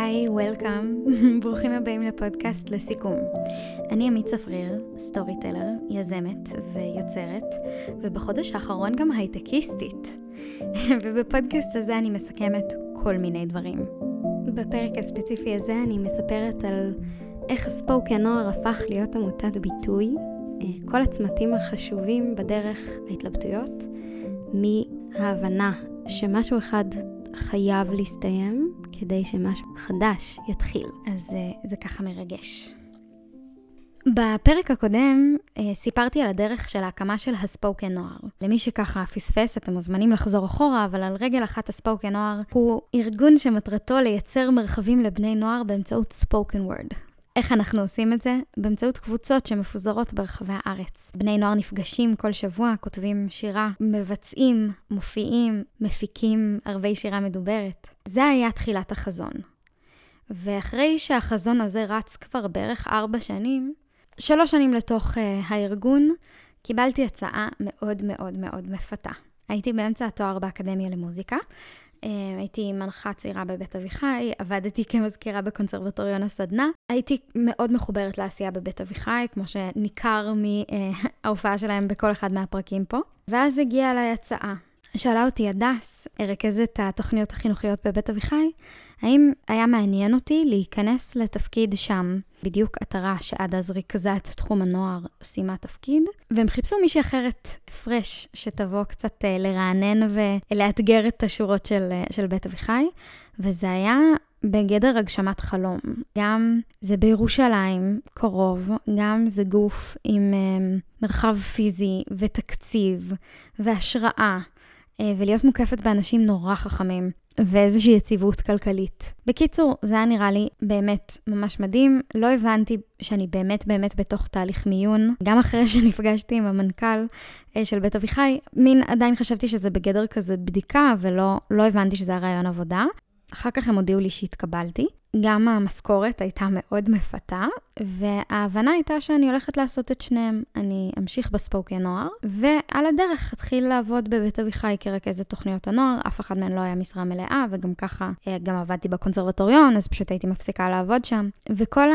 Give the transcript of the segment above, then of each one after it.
היי, וולקאם. ברוכים הבאים לפודקאסט לסיכום. אני עמית צפריר, סטורי טלר, יזמת ויוצרת, ובחודש האחרון גם הייטקיסטית. ובפודקאסט הזה אני מסכמת כל מיני דברים. בפרק הספציפי הזה אני מספרת על איך הספוקן נוער הפך להיות עמותת ביטוי, כל הצמתים החשובים בדרך ההתלבטויות, מההבנה שמשהו אחד חייב להסתיים כדי שמשהו חדש יתחיל. אז זה ככה מרגש. בפרק הקודם סיפרתי על הדרך של ההקמה של הספוקן נוער. למי שככה פספס, אתם מוזמנים לחזור אחורה, אבל על רגל אחת הספוקן נוער הוא ארגון שמטרתו לייצר מרחבים לבני נוער באמצעות ספוקן וורד. איך אנחנו עושים את זה? באמצעות קבוצות שמפוזרות ברחבי הארץ. בני נוער נפגשים כל שבוע, כותבים שירה, מבצעים, מופיעים, מפיקים ערבי שירה מדוברת. זה היה תחילת החזון. ואחרי שהחזון הזה רץ כבר בערך 4 שנים, 3 שנים לתוך הארגון, קיבלתי הצעה מאוד מאוד מאוד מפתה. הייתי באמצע התואר באקדמיה למוזיקה, הייתי מנחה צעירה בבית אביחי, עבדתי כמזכירה בקונסרבטוריון הסדנה, הייתי מאוד מחוברת לעשייה בבית אביחי, כמו שניכר מההופעה שלהם בכל אחד מהפרקים פה. ואז הגיעה אליי הצעה. שאלה אותי הדס, רכזת התוכניות החינוכיות בבית אביחי, האם היה מעניין אותי להיכנס לתפקיד שם. בדיוק עטרה שעד אז ריכזה את תחום הנוער סיימה תפקיד, והם חיפשו מישהי אחרת פרש שתבוא קצת לרענן ולאתגר את השורות של בית אביחי, וזה היה בגדר הגשמת חלום. גם זה בירושלים קרוב, גם זה גוף עם מרחב פיזי ותקציב והשראה, ולהיות מוקפת באנשים נורא חכמים, ואיזושהי יציבות כלכלית. בקיצור, זה היה נראה לי באמת ממש מדהים. לא הבנתי שאני באמת בתוך תהליך מיון. גם אחרי שנפגשתי עם המנכ"ל של בית אביחי, עדיין חשבתי שזה בגדר כזה בדיקה, ולא הבנתי שזה הרעיון עבודה. אחר כך הם הודיעו לי שהתקבלתי. גם המשכורת הייתה מאוד מפתה, וההבנה הייתה שאני הולכת לעשות את שניהם. אני אמשיך בספוקן נוער, ועל הדרך התחיל לעבוד בבית אביחי כרכזת תוכניות הנוער. אף אחד מהן לא היה משרה מלאה, וגם ככה גם עבדתי בקונסרבטוריון, אז פשוט הייתי מפסיקה לעבוד שם. וכל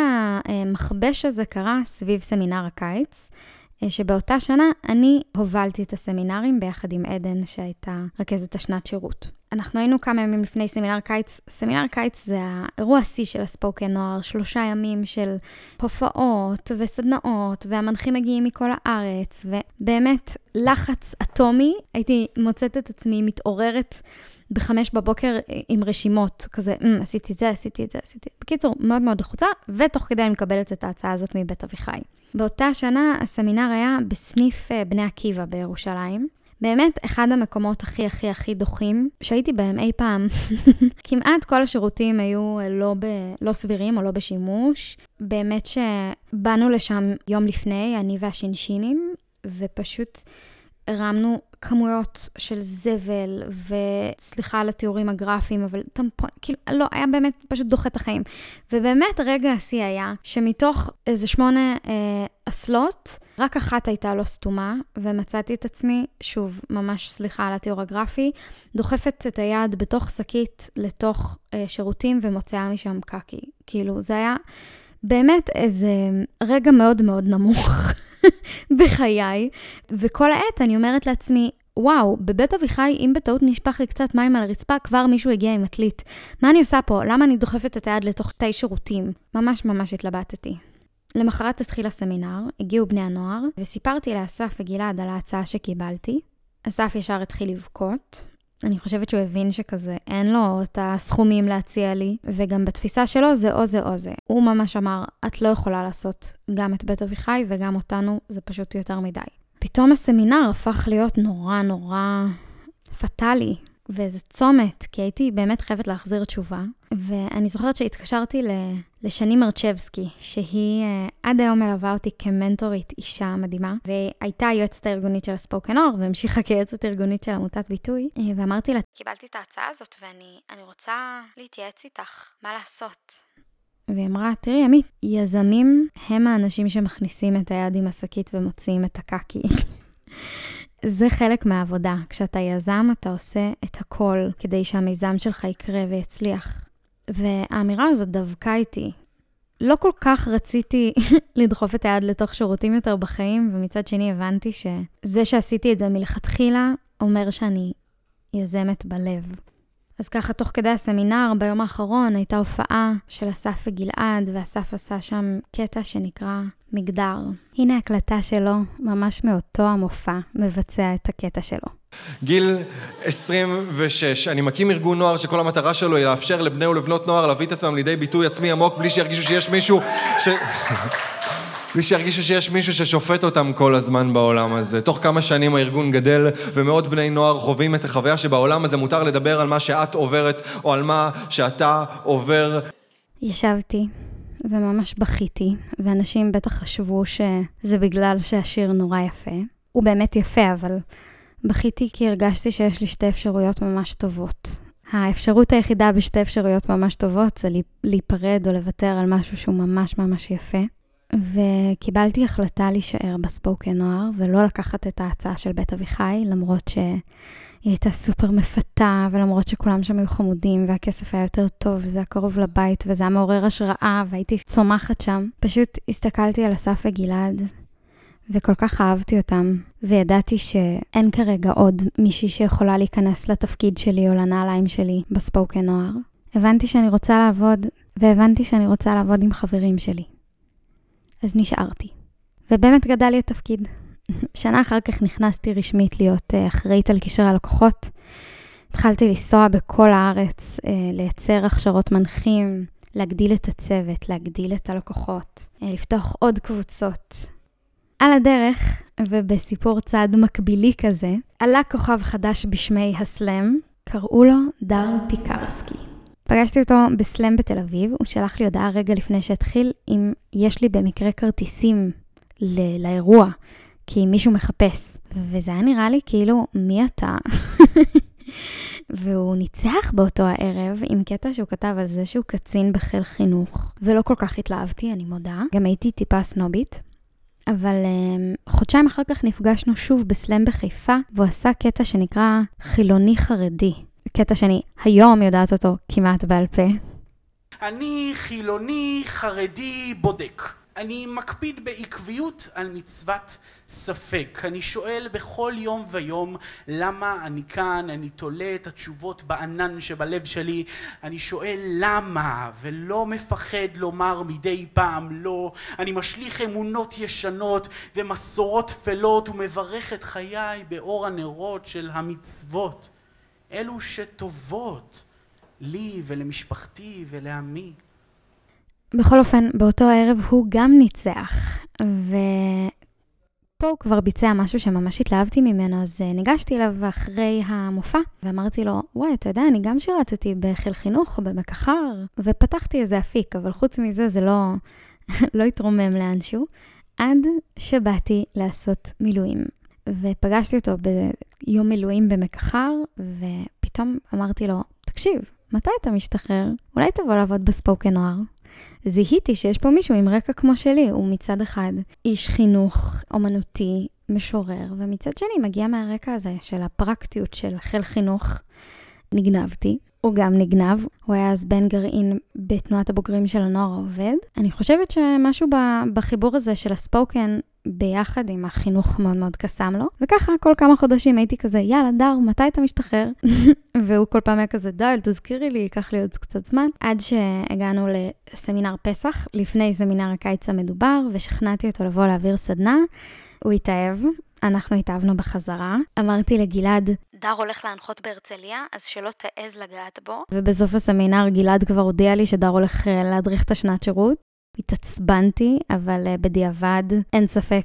המחבש הזה קרה סביב סמינר הקיץ, שבאותה שנה אני הובלתי את הסמינרים ביחד עם עדן שהייתה רכזת השנת שירות. אנחנו היינו כמה ימים לפני סמינר קיץ. סמינר קיץ זה האירוע השיא של הספוקן נוער, 3 ימים של הופעות וסדנאות, והמנחים מגיעים מכל הארץ, ובאמת לחץ אטומי. הייתי מוצאת את עצמי מתעוררת ב5 בבוקר עם רשימות, כזה, עשיתי את זה. בקיצור, מאוד מאוד לחוצה, ותוך כדי אני מקבלת את ההצעה הזאת מבית אביחי. באותה שנה הסמינר היה בסניף בני עקיבא בירושלים. באמת אחד המקומות הכי דוחים שהייתי בהם אי פעם. כמעט כל השירותים היו לא סבירים או לא בשימוש. באמת שבאנו לשם יום לפני, אני והשינשינים, ופשוט הרמנו כמויות של זבל, וסליחה על התיאורים הגרפיים, אבל טמפון, כאילו, לא, היה באמת פשוט דוחה את החיים. ובאמת רגע השיא היה, שמתוך איזה 8 אסלות, רק אחת הייתה לא סתומה, ומצאתי את עצמי, שוב, ממש סליחה על התיאור הגרפי, דוחפת את היד בתוך שקית, לתוך שירותים, ומוצאה משם קקי. כאילו, זה היה באמת איזה רגע מאוד מאוד נמוך. בחיי, וכל העת אני אומרת לעצמי, וואו, בבית אביחי, אם בטעות נשפך לי קצת מים על הרצפה, כבר מישהו הגיע עם מקליט. מה אני עושה פה? למה אני דוחפת את היד לתוך תאי שירותים? ממש התלבטתי. למחרת התחיל הסמינר, הגיעו בני הנוער, וסיפרתי לאסף וגלעד על ההצעה שקיבלתי. אסף ישר התחיל לבכות. אני חושבת שהוא הבין שכזה אין לו את הסכומים להציע לי, וגם בתפיסה שלו זה או זה או זה. הוא ממש אמר, את לא יכולה לעשות גם את בית אביחי וגם אותנו, זה פשוט יותר מדי. פתאום הסמינר הפך להיות נורא פטלי, ואיזה צומת, כי הייתי באמת חייבת להחזיר תשובה, ואני זוכרת שהתקשרתי לשני מרצ'בסקי, שהיא עד היום מלווה אותי כמנטורית אישה מדהימה, והייתה היועצת הארגונית של הספוקן נוער, והמשיכה כיועצת ארגונית של עמותת ביטוי, ואמרתי לה, קיבלתי את ההצעה הזאת, ואני רוצה להתייעץ איתך, מה לעשות? והיא אמרה, תראי, עמית, יזמים הם האנשים שמכניסים את היד עם השקית ומוציאים את הקקי. זה חלק מהעבודה. כשאתה יזם, אתה עושה את הכל כדי שהמיזם שלך יקרה ויצליח. והאמירה הזאת דווקא איתי. לא כל כך רציתי לדחוף את היד לתוך שירותים יותר בחיים, ומצד שני הבנתי שזה שעשיתי את זה מלכתחילה, אומר שאני יזמת בלב. אז ככה, תוך כדי הסמינר, ביום האחרון, הייתה הופעה של אסף וגלעד, ואסף עשה שם קטע שנקרא מגדר. הנה הקלטה שלו, ממש מאותו המופע, מבצע את הקטע שלו. גיל 26, אני מקים ארגון נוער שכל המטרה שלו היא לאפשר לבני ולבנות נוער להביא את עצמם לידי ביטוי עצמי עמוק, בלי שירגישו שיש מישהו בלי שירגישו שיש מישהו ששופט אותם כל הזמן בעולם הזה. תוך כמה שנים הארגון גדל, ומאות בני נוער חווים את החוויה שבעולם הזה מותר לדבר על מה שאת עוברת, או על מה שאתה עובר. ישבתי וממש בכיתי, ואנשים בטח חשבו שזה בגלל שהשיר נורא יפה. הוא באמת יפה, אבל בכיתי כי הרגשתי שיש לי שתי אפשרויות ממש טובות. האפשרות היחידה בשתי אפשרויות ממש טובות זה להיפרד או לוותר על משהו שהוא ממש ממש יפה. וקיבלתי החלטה להישאר בספוקן נוער, ולא לקחת את ההצעה של בית אביחי, למרות שהיא הייתה סופר מפתה, ולמרות שכולם שם היו חמודים, והכסף היה יותר טוב, וזה היה קרוב לבית, וזה היה מעורר השראה, והייתי צומחת שם. פשוט הסתכלתי על אסף וגלעד, וכל כך אהבתי אותם, וידעתי שאין כרגע עוד מישהי שיכולה להיכנס לתפקיד שלי, או לנעליים שלי בספוקן נוער. הבנתי שאני רוצה לעבוד, והבנתי שאני רוצה לעבוד עם חברים שלי. אז נשארתי. ובאמת גדל לי התפקיד. שנה אחר כך נכנסתי רשמית להיות אחראית על קשרי הלקוחות. התחלתי לנסוע בכל הארץ, לייצר הכשרות מנחים, להגדיל את הצוות, להגדיל את הלקוחות, לפתוח עוד קבוצות. על הדרך, ובסיפור צעד מקבילי כזה, עלה כוכב חדש בשמי הסלם, קראו לו דר פיקרסקי. פגשתי אותו בסלם בתל אביב, הוא שלח לי הודעה רגע לפני שהתחיל, אם יש לי במקרה כרטיסים לאירוע, כי מישהו מחפש. וזה היה נראה לי כאילו, מי אתה? והוא ניצח באותו הערב עם קטע שהוא כתב על זה שהוא קצין בחיל חינוך. ולא כל כך התלהבתי, אני מודה. גם הייתי טיפה סנובית. אבל חודשיים אחר כך נפגשנו שוב בסלם בחיפה, והוא עשה קטע שנקרא חילוני חרדי. קטע שאני היום יודעת אותו כמעט בעל פה. אני חילוני חרדי בודק. אני מקפיד בעקביות על מצוות ספק. אני שואל בכל יום ויום למה אני כאן, אני תולה את התשובות בענן שבלב שלי. אני שואל למה, ולא מפחד לומר מדי פעם לא. אני משליך אמונות ישנות ומסורות תפלות ומברך את חיי באור הנרות של המצוות. אלו שטובות לי ולמשפחתי ולעמי. בכל אופן, באותו הערב הוא גם ניצח, ופה הוא כבר ביצע משהו שממש התלהבתי ממנו, אז ניגשתי אליו אחרי המופע, ואמרתי לו, וואי, אתה יודע, אני גם שירתתי בחיל חינוך או במקחר, ופתחתי איזה אפיק, אבל חוץ מזה זה לא התרומם לאנשהו, עד שבאתי לעשות מילואים. ופגשתי אותו ביום מילואים במקחר, ופתאום אמרתי לו, תקשיב, מתי אתה משתחרר? אולי תבוא לעבוד בספוקן נוער? זיהיתי שיש פה מישהו עם רקע כמו שלי, הוא מצד אחד איש חינוך, אומנותי, משורר, ומצד שני מגיע מהרקע הזה של הפרקטיות של חיל חינוך. נגנבתי, הוא גם נגנב, הוא היה אז בן גרעין בתנועת הבוגרים של הנוער העובד. אני חושבת שמשהו בחיבור הזה של הספוקן ביחד עם החינוך מאוד מאוד קסם לו, וככה כל כמה חודשים הייתי כזה, יאללה דר, מתי אתה משתחרר? והוא כל פעם היה כזה, די, תזכירי לי, ייקח לי עוד קצת זמן, עד שהגענו לסמינר פסח, לפני סמינר הקיץ המדובר, ושכנעתי אותו לבוא להעביר סדנה, הוא התאהב, אנחנו התאהבנו בחזרה, אמרתי לגלעד, דר הולך להנחות בהרצליה, אז שלא תעז לגעת בו. ובסוף הסמינר גלעד כבר הודיע לי שדר הולך להדריך את השנת שירות. התעצבנתי, אבל בדיעבד אין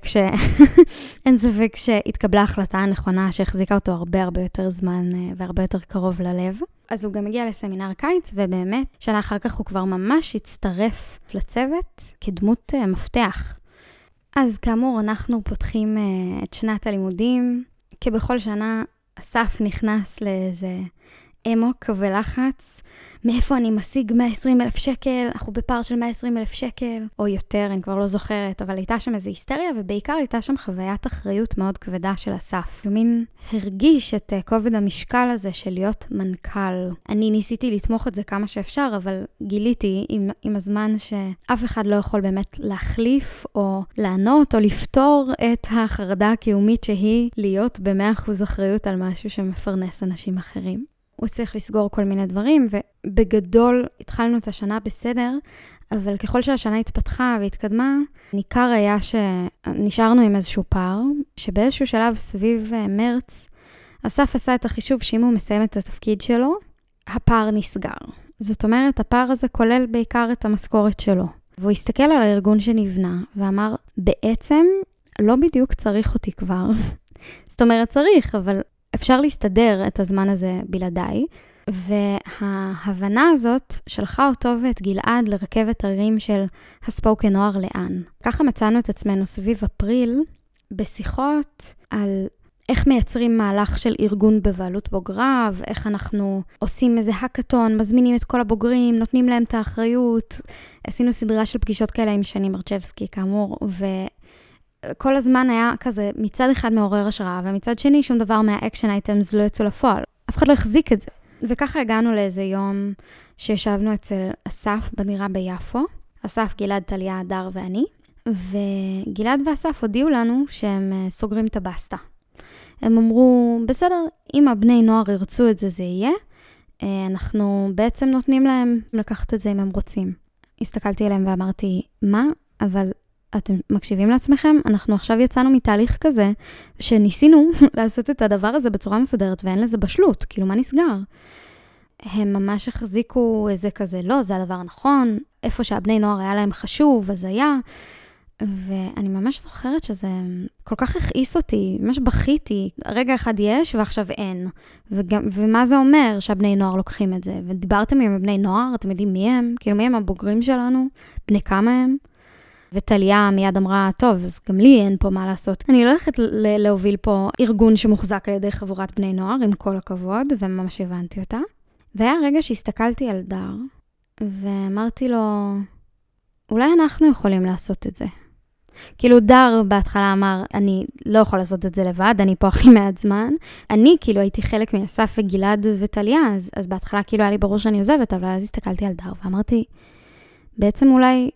ספק שהתקבלה החלטה הנכונה שהחזיקה אותו הרבה יותר זמן והרבה יותר קרוב ללב. אז הוא גם הגיע לסמינר קיץ, ובאמת שנה אחר כך הוא כבר ממש הצטרף לצוות כדמות מפתח. אז כאמור אנחנו פותחים את שנת הלימודים, כבכל שנה אסף נכנס לאיזה אמוק ולחץ, מאיפה אני משיג 120,000 שקל, אנחנו בפער של 120,000 שקל, או יותר, אני כבר לא זוכרת, אבל הייתה שם איזו היסטריה, ובעיקר הייתה שם חוויית אחריות מאוד כבדה של אסף. ומין הרגיש את כובד המשקל הזה של להיות מנכ"ל. אני ניסיתי לתמוך את זה כמה שאפשר, אבל גיליתי עם הזמן שאף אחד לא יכול באמת להחליף, או לענות, או לפתור את החרדה הקיומית שהיא להיות ב100% אחריות על משהו שמפרנס אנשים אחרים. הוא צריך לסגור כל מיני דברים, ובגדול התחלנו את השנה בסדר, אבל ככל שהשנה התפתחה והתקדמה, ניכר היה שנשארנו עם איזשהו פער, שבאיזשהו שלב סביב מרץ, אסף עשה את החישוב שאם הוא מסיים את התפקיד שלו, הפער נסגר. זאת אומרת, הפער הזה כולל בעיקר את המשכורת שלו. והוא הסתכל על הארגון שנבנה, ואמר, בעצם לא בדיוק צריך אותי כבר. זאת אומרת, צריך, אבל אפשר להסתדר את הזמן הזה בלעדיי, וההבנה הזאת שלחה אותו ואת גלעד לרכבת הרים של הספוקן נוער לאן. ככה מצאנו את עצמנו סביב אפריל בשיחות על איך מייצרים מהלך של ארגון בבעלות בוגריו, איך אנחנו עושים איזה הקטון, מזמינים את כל הבוגרים, נותנים להם את האחריות. עשינו סדרה של פגישות כאלה עם שני מרצ'בסקי כאמור, כל הזמן היה כזה מצד אחד מעורר השראה, ומצד שני שום דבר מהאקשן אייטמס לא יצאו לפועל. אף אחד לא החזיק את זה. וככה הגענו לאיזה יום שישבנו אצל אסף בדירה ביפו. אסף, גלעד, טליה, הדר ואני. וגלעד ואסף הודיעו לנו שהם סוגרים את הבסטה. הם אמרו, בסדר, אם הבני נוער ירצו את זה, זה יהיה. אנחנו בעצם נותנים להם לקחת את זה אם הם רוצים. הסתכלתי עליהם ואמרתי, מה? אבל אתם מקשיבים לעצמכם? אנחנו עכשיו יצאנו מתהליך כזה, שניסינו לעשות את הדבר הזה בצורה מסודרת, ואין לזה בשלות, כאילו מה נסגר? הם ממש החזיקו איזה כזה, לא, זה הדבר הנכון, איפה שהבני נוער היה להם חשוב, אז היה, ואני ממש זוכרת שזה כל כך הכעיס אותי, ממש בכיתי, רגע אחד יש ועכשיו אין, ומה זה אומר שהבני נוער לוקחים את זה? ודיברתם עם הבני נוער, אתם יודעים מי הם? כאילו מי הם הבוגרים שלנו? בני כמה הם? וטליה מיד אמרה, טוב, אז גם לי אין פה מה לעשות. אני לא הולכת להוביל פה ארגון שמוחזק על ידי חבורת בני נוער, עם כל הכבוד, וממש הבנתי אותה. והיה רגע שהסתכלתי על דר, ואמרתי לו, אולי אנחנו יכולים לעשות את זה. כאילו דר בהתחלה אמר, אני לא יכול לעשות את זה לבד, אני פה הכי מעט זמן. אני כאילו הייתי חלק מאסף וגלעד וטליה, אז בהתחלה כאילו היה לי ברור שאני עוזבת, אבל אז הסתכלתי על דר ואמרתי, בעצם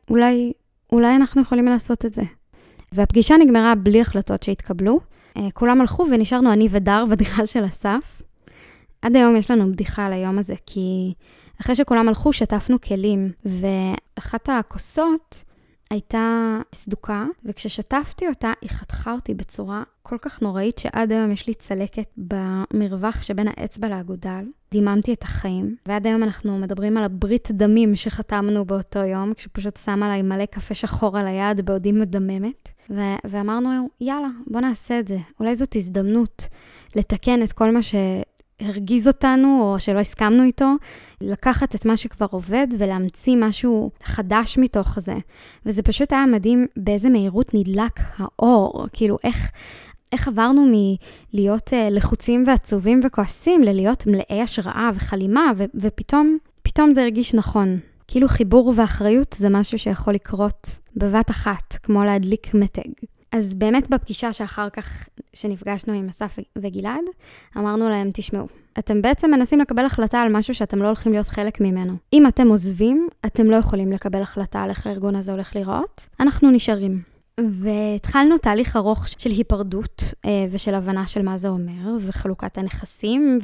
אולי אנחנו יכולים לעשות את זה. והפגישה נגמרה בלי החלטות שהתקבלו. כולם הלכו ונשארנו אני ודר בדירה של אסף. עד היום יש לנו בדיחה על היום הזה, כי אחרי שכולם הלכו שטפנו כלים, ואחת הכוסות הייתה סדוקה, וכששטפתי אותה היא חתכה אותי בצורה כל כך נוראית, שעד היום יש לי צלקת במרווח שבין האצבע לאגודל. דיממתי את החיים, ועד היום אנחנו מדברים על הברית דמים שחתמנו באותו יום, כשפשוט שמה עליי מלא קפה שחור על היד בעודי מדממת, ואמרנו, יאללה, בוא נעשה את זה. אולי זאת הזדמנות לתקן את כל מה שהרגיז אותנו, או שלא הסכמנו איתו, לקחת את מה שכבר עובד, ולהמציא משהו חדש מתוך זה. וזה פשוט היה מדהים באיזה מהירות נדלק האור, כאילו איך עברנו מלהיות לחוצים ועצובים וכועסים, ללהיות מלאי השראה וחלימה, ופתאום זה הרגיש נכון. כאילו חיבור ואחריות זה משהו שיכול לקרות בבת אחת, כמו להדליק מתג. אז באמת בפגישה שאחר כך שנפגשנו עם אסף וגלעד, אמרנו להם, תשמעו, אתם בעצם מנסים לקבל החלטה על משהו שאתם לא הולכים להיות חלק ממנו. אם אתם עוזבים, אתם לא יכולים לקבל החלטה על איך הארגון הזה הולך לראות. אנחנו נשארים. והתחלנו תהליך ארוך של היפרדות ושל הבנה של מה זה אומר, וחלוקת הנכסים,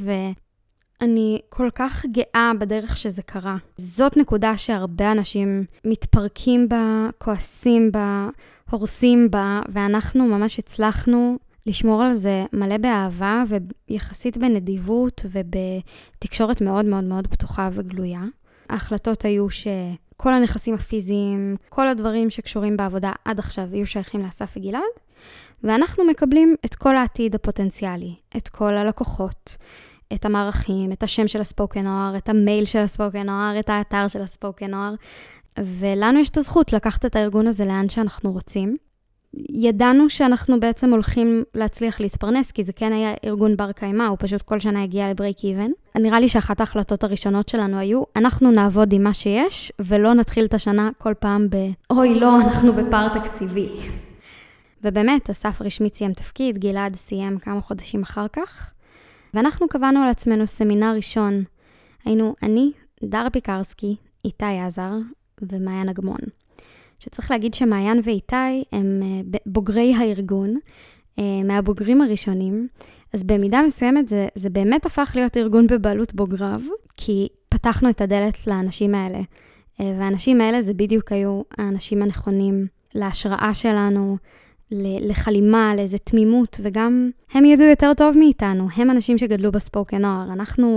ואני כל כך גאה בדרך שזה קרה. זאת נקודה שהרבה אנשים מתפרקים בה, כועסים בה, הורסים בה, ואנחנו ממש הצלחנו לשמור על זה מלא באהבה, ויחסית בנדיבות ובתקשורת מאוד מאוד מאוד פתוחה וגלויה. ההחלטות היו כל הנכסים הפיזיים, כל הדברים שקשורים בעבודה עד עכשיו יהיו שייכים לאסף וגלעד, ואנחנו מקבלים את כל העתיד הפוטנציאלי, את כל הלקוחות, את המערכים, את השם של הספוקן נוער, את המייל של הספוקן נוער, את האתר של הספוקן נוער, ולנו יש את הזכות לקחת את הארגון הזה לאן שאנחנו רוצים. ידענו שאנחנו בעצם הולכים להצליח להתפרנס, כי זה כן היה ארגון בר קיימא, הוא פשוט כל שנה הגיע לבריק איבן. נראה לי שאחת ההחלטות הראשונות שלנו היו, אנחנו נעבוד עם מה שיש, ולא נתחיל את השנה כל פעם אוי לא, אנחנו בפער תקציבי. ובאמת, אסף רשמית סיים תפקיד, גלעד סיים כמה חודשים אחר כך, ואנחנו קבענו על עצמנו סמינר ראשון. היינו אני, דר פיקרסקי, איתי עזר ומעיין אגמון. שצריך להגיד שמעיין ואיתי הם בוגרי הארגון, מהבוגרים הראשונים, אז במידה מסוימת זה באמת הפך להיות ארגון בבעלות בוגריו, כי פתחנו את הדלת לאנשים האלה, והאנשים האלה זה בדיוק היו האנשים הנכונים להשראה שלנו, לחלימה, לאיזו תמימות, וגם הם ידעו יותר טוב מאיתנו, הם אנשים שגדלו בספוקן נוער,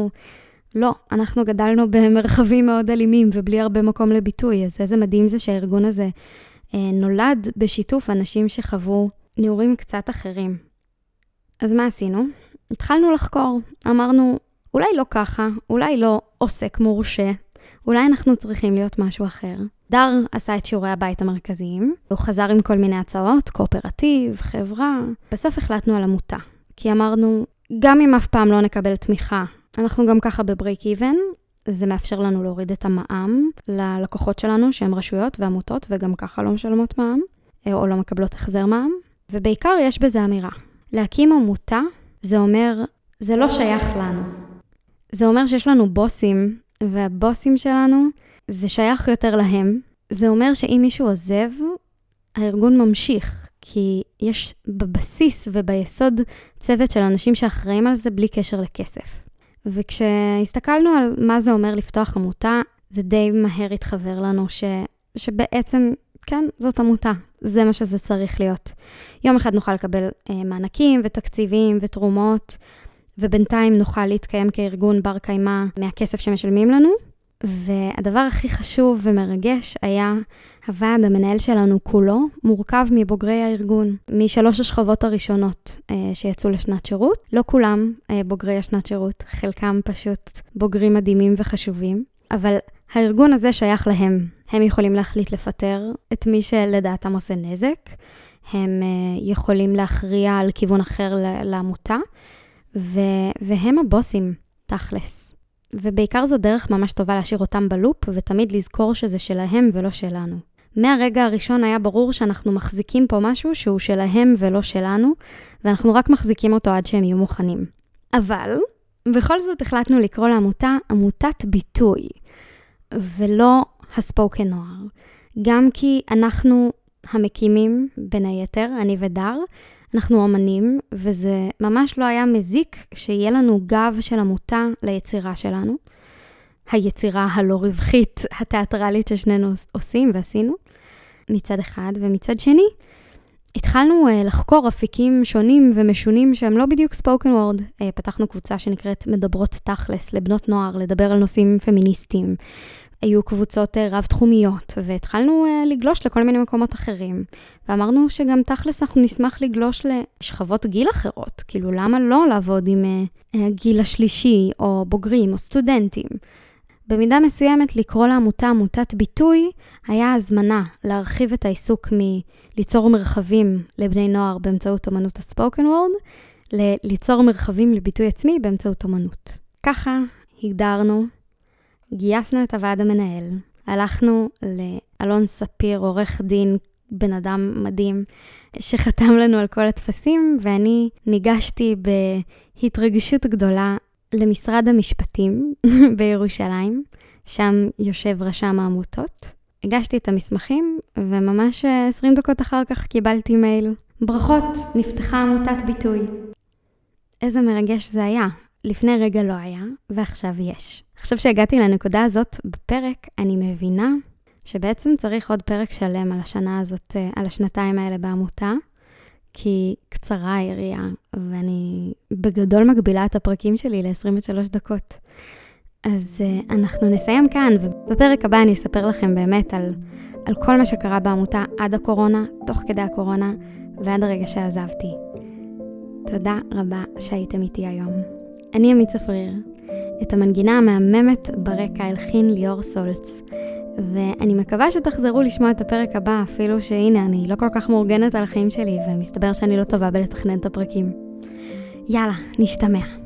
אנחנו גדלנו במרחבים מאוד אלימים ובלי הרבה מקום לביטוי, אז איזה מדהים זה שהארגון הזה נולד בשיתוף אנשים שחוו נעורים קצת אחרים. אז מה עשינו? התחלנו לחקור, אמרנו, אולי לא ככה, אולי לא עוסק מורשה, אולי אנחנו צריכים להיות משהו אחר. דר עשה את שיעורי הבית המרכזיים, הוא חזר עם כל מיני הצעות, קואופרטיב, חברה. בסוף החלטנו על עמותה, כי אמרנו, גם אם אף פעם לא נקבל תמיכה, אנחנו גם ככה בברייק איבן, זה מאפשר לנו להוריד את המע"מ ללקוחות שלנו, שהם רשויות ועמותות, וגם ככה לא משלמות מע"מ, או לא מקבלות החזר מע"מ. ובעיקר יש בזה אמירה. להקים עמותה, זה אומר, זה לא שייך לנו. זה אומר שיש לנו בוסים, והבוסים שלנו, זה שייך יותר להם. זה אומר שאם מישהו עוזב, הארגון ממשיך, כי יש בבסיס וביסוד צוות של אנשים שאחראים על זה בלי קשר לכסף. וכשהסתכלנו על מה זה אומר לפתוח עמותה, זה די מהר התחבר לנו שבעצם, כן, זאת עמותה. זה מה שזה צריך להיות. יום אחד נוכל לקבל מענקים ותקציבים ותרומות, ובינתיים נוכל להתקיים כארגון בר קיימא מהכסף שמשלמים לנו. והדבר הכי חשוב ומרגש היה הוועד המנהל שלנו כולו, מורכב מבוגרי הארגון, משלוש השכבות הראשונות שיצאו לשנת שירות. לא כולם בוגרי השנת שירות, חלקם פשוט בוגרים מדהימים וחשובים, אבל הארגון הזה שייך להם. הם יכולים להחליט לפטר את מי שלדעתם עושה נזק, הם יכולים להכריע על כיוון אחר לעמותה, והם הבוסים, תכלס. ובעיקר זו דרך ממש טובה להשאיר אותם בלופ, ותמיד לזכור שזה שלהם ולא שלנו. מהרגע הראשון היה ברור שאנחנו מחזיקים פה משהו שהוא שלהם ולא שלנו, ואנחנו רק מחזיקים אותו עד שהם יהיו מוכנים. אבל, בכל זאת החלטנו לקרוא לעמותה עמותת ביטוי, ולא הספוקן נוער. גם כי אנחנו המקימים, בין היתר, אני ודר, אנחנו אומנים, וזה ממש לא היה מזיק שיהיה לנו גב של עמותה ליצירה שלנו. היצירה הלא רווחית, התיאטרלית ששנינו עושים ועשינו, מצד אחד. ומצד שני, התחלנו לחקור אפיקים שונים ומשונים שהם לא בדיוק ספוקן וורד. פתחנו קבוצה שנקראת מדברות תכלס לבנות נוער, לדבר על נושאים פמיניסטיים. היו קבוצות רב-תחומיות, והתחלנו לגלוש לכל מיני מקומות אחרים. ואמרנו שגם תכלס אנחנו נשמח לגלוש לשכבות גיל אחרות. כאילו, למה לא לעבוד עם גיל השלישי, או בוגרים, או סטודנטים? במידה מסוימת, לקרוא לעמותה עמותת ביטוי, היה הזמנה להרחיב את העיסוק מליצור מרחבים לבני נוער באמצעות אומנות הספוקן וורד, ליצור מרחבים לביטוי עצמי באמצעות אומנות. ככה הגדרנו, גייסנו את הוועד המנהל, הלכנו לאלון ספיר, עורך דין, בן אדם מדהים, שחתם לנו על כל התפסים, ואני ניגשתי בהתרגשות גדולה למשרד המשפטים בירושלים, שם יושב רשם העמותות. הגשתי את המסמכים, וממש 20 דקות אחר כך קיבלתי מייל. ברכות, נפתחה עמותת ביטוי. איזה מרגש זה היה. לפני רגע לא היה, ועכשיו יש. עכשיו שהגעתי לנקודה הזאת בפרק, אני מבינה שבעצם צריך עוד פרק שלם על השנה הזאת, על השנתיים האלה בעמותה, כי קצרה היריעה, ואני בגדול מגבילה את הפרקים שלי ל-23 דקות. אז אנחנו נסיים כאן, ובפרק הבא אני אספר לכם באמת על כל מה שקרה בעמותה עד הקורונה, תוך כדי הקורונה, ועד הרגע שעזבתי. תודה רבה שהייתם איתי היום. אני עמית צפריר. את המנגינה המהממת ברקע הלחין ליאור סולץ, ואני מקווה שתחזרו לשמוע את הפרק הבא, אפילו שהנה, אני לא כל כך מאורגנת על החיים שלי, ומסתבר שאני לא טובה בלתכנן את הפרקים. יאללה, נשתמע.